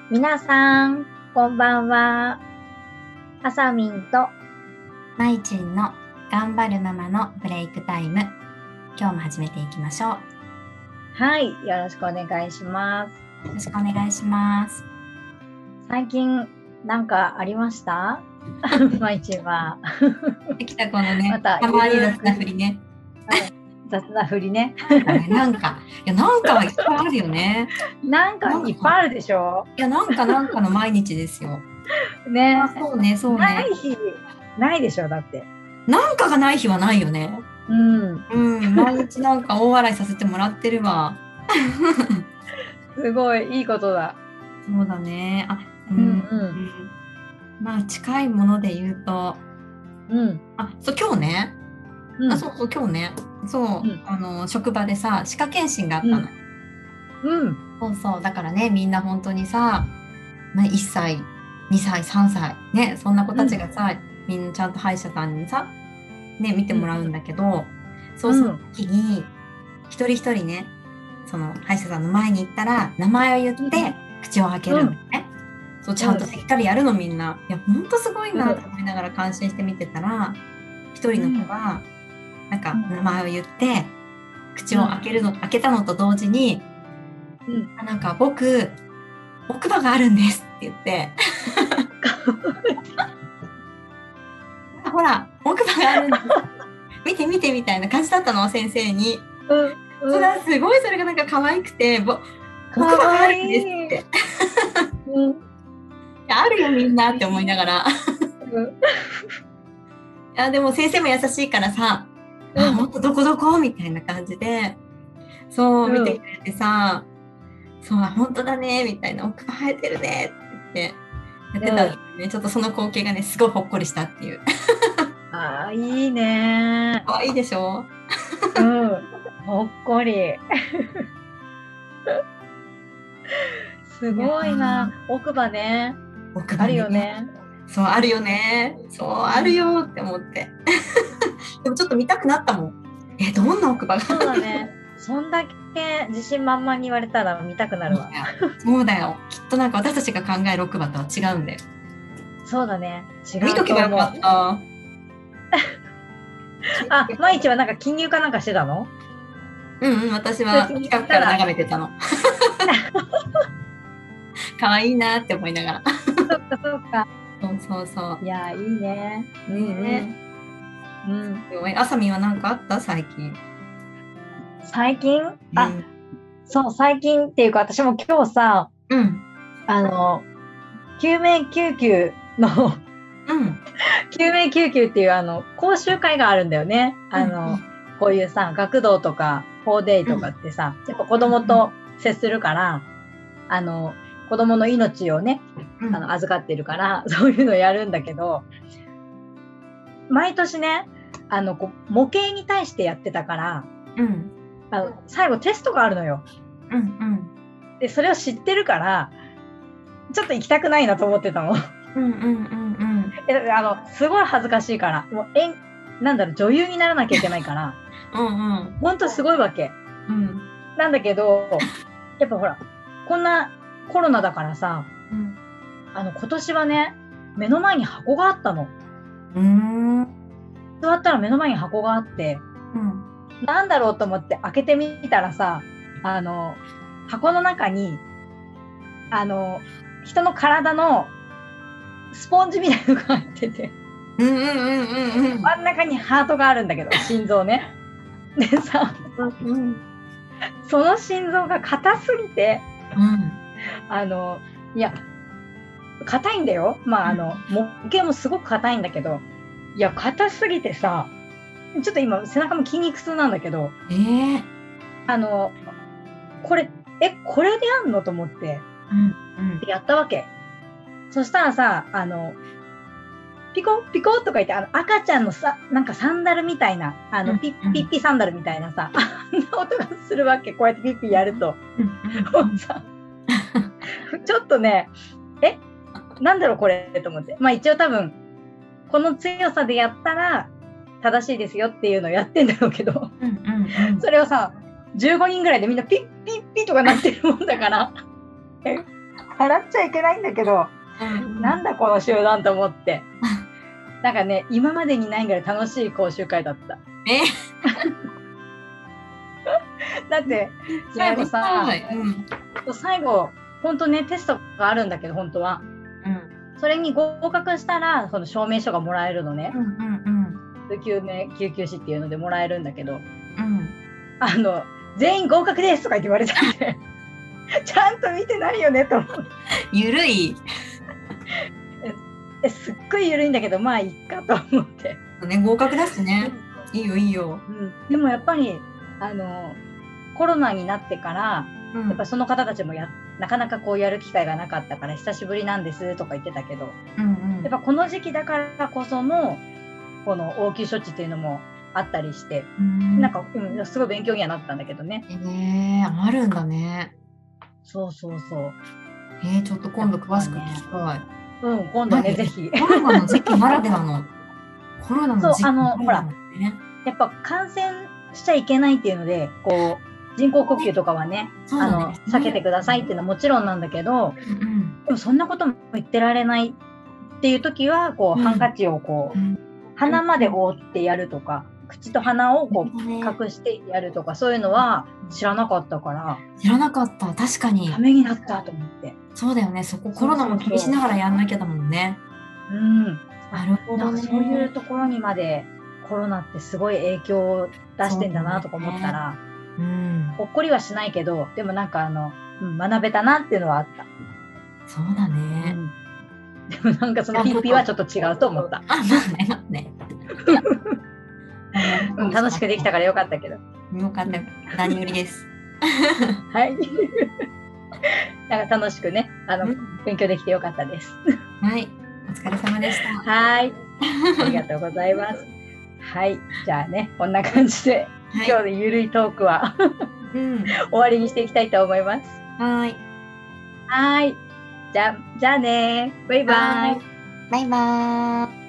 皆さん、こんばんは。あさみんとまいちんの頑張るママのブレイクタイム。今日も始めていきましょう。 はい、よろしくお願いします。 よろしくお願いします。 最近なんかありました？まいちんは。 できたこのね、 またたまに雑な振りね。 雑な振りね。 なんかはいっぱいあるよね。 なんかいっぱいあるでしょ？ いや、なんかの毎日ですよ。 ね。 そうね。 ない日ないでしょ、だって。 なんかがない日はないよね。毎日なんか大笑いさせてもらってるわ。 すごいいいことだ。 そうだね。まあ近いもので言うと、そう今日ね。今日ね。職場でさ、歯科検診があったの。そうだからね、みんな本当にさ、1歳、2歳、3歳ね、そんな子たちがさ、みんなちゃんと歯医者さんにさね見てもらうんだけど、その時に一人一人ね、その歯医者さんの前に行ったら名前を言って口を開けるのね。そうちゃんとしっかりやるのみんな。いや本当すごいなと思いながら感心して見てたら、一人の子がなんか名前を言って口を開けたのと同時に、なんか僕奥歯があるんですって言ってほら奥歯があるんです見て見てみたいな感じだったの、先生に。それはすごい、それがなんか可愛くて、奥歯があるんですってあるよみんなって思いながらいやでも先生も優しいからさ、もっとどこみたいな感じでそう見てくれてさ、そう本当だねみたいな、奥歯生えてるねって言ってやってたんでね、ちょっとその光景がねすごいほっこりしたっていうあーいいね。 可愛いでしょ。 ほっこりすごいな。奥歯ね。あるよね。 そうあるよね。そうあるよって思ってでもちょっと見たくなったもん。どんな奥歯が。 そうだね。そんだけ自信満々に言われたら見たくなるわ。 そうだよ。きっとなんか私たちが考える奥歯とは違うんだよ。 そうだね。違うと思う。 見とけばよかったまいちはなんか金融かなんかしてたの？ 私は近くから眺めてたの可愛いなって思いながらそうか。 そういやいいね。 あさみんは何かあった最近？ 最近そう最近っていうか、私も今日さ、救命救急の救命救急っていう講習会があるんだよね。こういうさ、学童とか4デイとかってさ、やっぱ子供と接するから、子供の命をね、預かってるから、そういうのやるんだけど、毎年ね、模型に対してやってたから、最後テストがあるのよ。で、それを知ってるから、ちょっと行きたくないなと思ってたの。すごい恥ずかしいから、もう女優にならなきゃいけないから、ほんとすごいわけ。なんだけど、やっぱほら、こんなコロナだからさ、今年はね、目の前に箱があったの。座ったら目の前に箱があって、なんだろうと思って開けてみたらさ、箱の中に、人の体のスポンジみたいなのが入ってて、真ん中にハートがあるんだけど、心臓ね。でさ、その心臓が硬すぎて、いや、硬いんだよ。模型もすごく硬いんだけど、いや、硬すぎてさ、ちょっと今背中も筋肉痛なんだけど、これでやんのと思って、やったわけ。そしたらさ、ピコピコとか言って、赤ちゃんのさ、なんかサンダルみたいな、ピッピッピサンダルみたいなさ、あんな音がするわけ。こうやってピッピやると。ちょっとね、なんだろうこれと思って。一応多分、この強さでやったら正しいですよっていうのをやってんだろうけど、それをさ、15人ぐらいでみんなピッピッピとかなってるもんだから、 笑っちゃいけないんだけど、なんだこの集団と思って。なんかね、今までにないぐらい楽しい講習会だった。だって最後さ、最後本当ねテストがあるんだけど本当は、それに合格したらその証明書がもらえるのね。救急士っていうのでもらえるんだけど、全員合格ですとか言って言われちゃってちゃんと見てないよねと思う。 ゆるいすっごいゆるいんだけどまあいいかと思ってね、合格だしね。いいよいいよ、 でもやっぱりコロナになってから、やっぱその方たちもなかなかこうやる機会がなかったから久しぶりなんですとか言ってたけど、やっぱこの時期だからこそのこの応急処置っていうのもあったりして、なんかすごい勉強にはなったんだけどね。 あるんだね。 そうそうそう。 ちょっと今度詳しく聞きたい。 今度ねぜひ。 コロナの時期ならではの。コロナの時期ほら、やっぱ感染しちゃいけないっていうのでこう人工呼吸とかはね、避けてくださいっていうのはもちろんなんだけど、でもそんなことも言ってられないっていう時はこう、ハンカチをこう、鼻まで覆ってやるとか、口と鼻をこう隠してやるとか、そういうのは知らなかったから。 知らなかった。確かにためになったと思って。 そうだよね。そこコロナも気にしながらやんなきゃだもんね。なるほどね。 そういうところにまでコロナってすごい影響を出してんだなとか思ったら、ほっこりはしないけど、でもなんか学べたなっていうのはあった。 そうだね。 でもなんかそのピッピはちょっと違うと思った。楽しくできたからよかったけど。 よかった。何よりです。 はい。なんか楽しくね、勉強できてよかったです。 はい。お疲れ様でした。 はい。ありがとうございます。はい。じゃあね、こんな感じで、今日のゆるいトークは終わりにしていきたいと思います。 はい。 はい。じゃあね。バイバイ。 バイバイ。